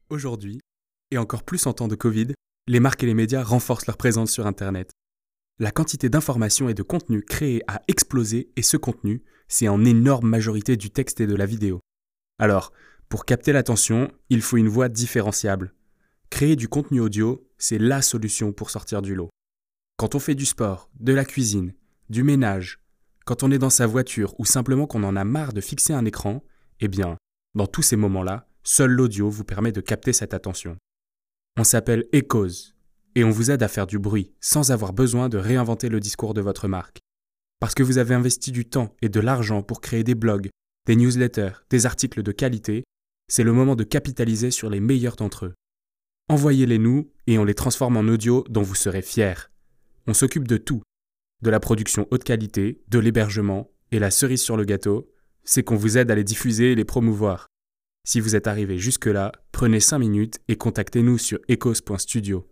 Aujourd'hui, et encore plus en temps de Covid, les marques et les médias renforcent leur présence sur Internet. La quantité d'informations et de contenus créés a explosé et ce contenu, c'est en énorme majorité du texte et de la vidéo. Alors, pour capter l'attention, il faut une voix différenciable. Créer du contenu audio, c'est la solution pour sortir du lot. Quand on fait du sport, de la cuisine, du ménage, quand on est dans sa voiture ou simplement qu'on en a marre de fixer un écran, eh bien, dans tous ces moments-là, seul l'audio vous permet de capter cette attention. On s'appelle Echoes et on vous aide à faire du bruit sans avoir besoin de réinventer le discours de votre marque. Parce que vous avez investi du temps et de l'argent pour créer des blogs, des newsletters, des articles de qualité, c'est le moment de capitaliser sur les meilleurs d'entre eux. Envoyez-les nous et on les transforme en audio dont vous serez fiers. On s'occupe de tout, de la production haute qualité, de l'hébergement, et la cerise sur le gâteau, c'est qu'on vous aide à les diffuser et les promouvoir. Si vous êtes arrivé jusque-là, prenez 5 minutes et contactez-nous sur echos.studio.